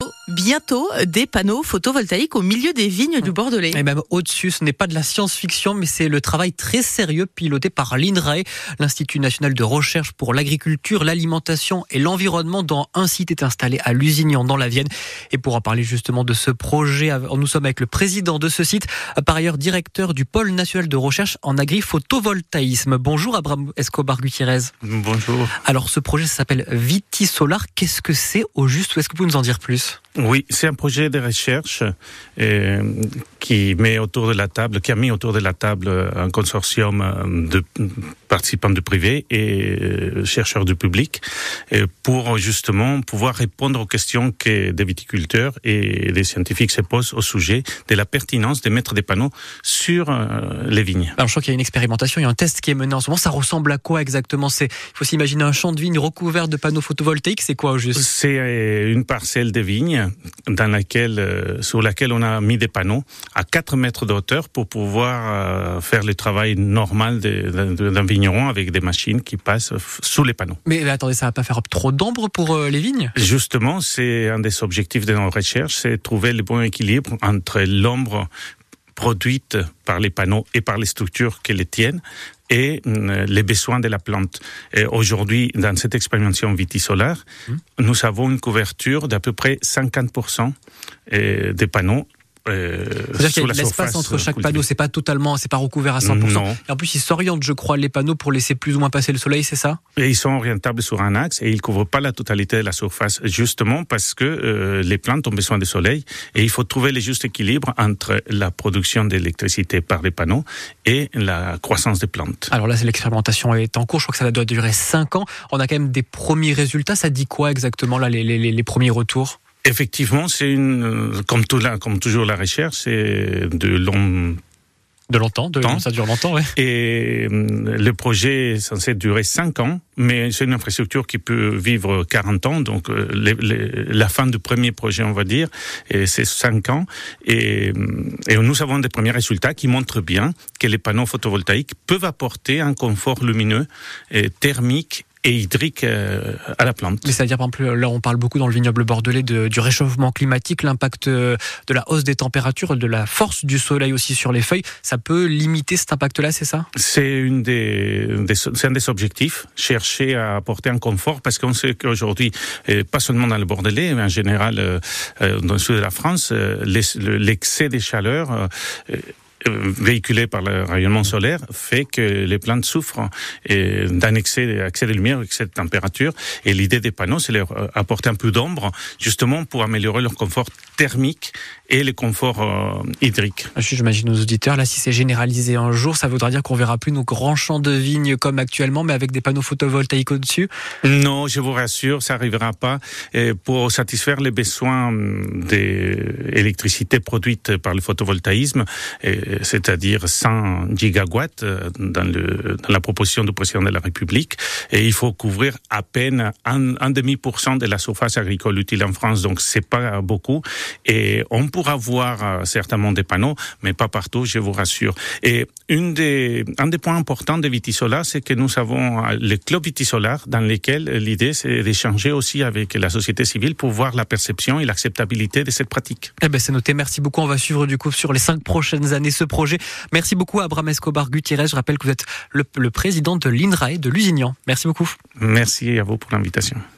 bientôt des panneaux photovoltaïques au milieu des vignes du Bordelais. Et même au-dessus, ce n'est pas de la science-fiction, mais c'est le travail très sérieux piloté par l'INRAE, l'Institut national de recherche pour l'agriculture, l'alimentation et l'environnement, dont un site est installé à Lusignan dans la Vienne. Et pour en parler justement de ce projet, nous sommes avec le président de ce site, par ailleurs directeur du pôle national de recherche en agri-photovoltaïsme. Bonjour Abraham Escobar-Gutiérrez. Bonjour. Alors ce projet s'appelle Vitisolar. Qu'est-ce que c'est au juste, ou est-ce que vous pouvez nous en dire plus ? Oui, c'est un projet de recherche qui a mis autour de la table un consortium de participants du privé et chercheurs du public pour justement pouvoir répondre aux questions que des viticulteurs et des scientifiques se posent au sujet de la pertinence de mettre des panneaux sur les vignes. Alors je crois qu'il y a une expérimentation, il y a un test qui est mené en ce moment. Ça ressemble à quoi exactement ? Il faut s'imaginer un champ de vigne recouvert de panneaux photovoltaïques. C'est quoi au juste ? C'est une parcelle de vignes sur laquelle on a mis des panneaux à 4 mètres de hauteur pour pouvoir faire le travail normal d'un vigneron avec des machines qui passent sous les panneaux. Mais attendez, ça va pas faire trop d'ombre pour les vignes ? Justement, c'est un des objectifs de nos recherches, c'est trouver le bon équilibre entre l'ombre produite par les panneaux et par les structures qui les tiennent et les besoins de la plante. Et aujourd'hui, dans cette expérimentation Vitisolar, nous avons une couverture d'à peu près 50% des panneaux. C'est-à-dire qu'il y a l'espace entre chaque panneau, c'est pas recouvert à 100%. Non. Et en plus, ils s'orientent, je crois, les panneaux pour laisser plus ou moins passer le soleil, c'est ça ? Et ils sont orientables sur un axe et ils couvrent pas la totalité de la surface, justement parce que les plantes ont besoin de soleil et il faut trouver le juste équilibre entre la production d'électricité par les panneaux et la croissance des plantes. Alors là, l'expérimentation est en cours, je crois que ça doit durer 5 ans. On a quand même des premiers résultats, ça dit quoi exactement là, les premiers retours ? Effectivement, c'est comme toujours la recherche, c'est de longtemps, ça dure longtemps, ouais. Et le projet est censé durer 5 ans, mais c'est une infrastructure qui peut vivre 40 ans, donc la fin du premier projet, on va dire, et c'est 5 ans. Et nous avons des premiers résultats qui montrent bien que les panneaux photovoltaïques peuvent apporter un confort lumineux et thermique et hydrique à la plante. Mais c'est-à-dire, par exemple, là, on parle beaucoup dans le vignoble bordelais du réchauffement climatique, l'impact de la hausse des températures, de la force du soleil aussi sur les feuilles. Ça peut limiter cet impact-là, c'est ça ? C'est un des objectifs, chercher à apporter un confort, parce qu'on sait qu'aujourd'hui, pas seulement dans le Bordelais, mais en général dans le sud de la France, l'excès de chaleur véhiculé par le rayonnement solaire fait que les plantes souffrent d'un excès de lumière, excès de température. Et l'idée des panneaux, c'est leur apporter un peu d'ombre, justement pour améliorer leur confort thermique et le confort hydrique. J'imagine aux auditeurs, là, si c'est généralisé un jour, ça voudra dire qu'on verra plus nos grands champs de vignes comme actuellement, mais avec des panneaux photovoltaïques au-dessus ? Non, je vous rassure, ça n'arrivera pas. Et pour satisfaire les besoins d'électricité produite par le photovoltaïsme, c'est-à-dire 100 gigawatts dans la proposition du président de la République. Et il faut couvrir à peine 1,5% de la surface agricole utile en France, donc c'est pas beaucoup. Et on pourra voir certainement des panneaux, mais pas partout, je vous rassure. Et un des points importants de Vitisolar, c'est que nous avons le club Vitisolar, dans lequel l'idée c'est d'échanger aussi avec la société civile pour voir la perception et l'acceptabilité de cette pratique. Eh ben c'est noté, merci beaucoup. On va suivre du coup sur les 5 prochaines années ce projet. Merci beaucoup à Abraham Escobar-Gutiérrez. Je rappelle que vous êtes le président de l'INRAE de Lusignan. Merci beaucoup. Merci à vous pour l'invitation.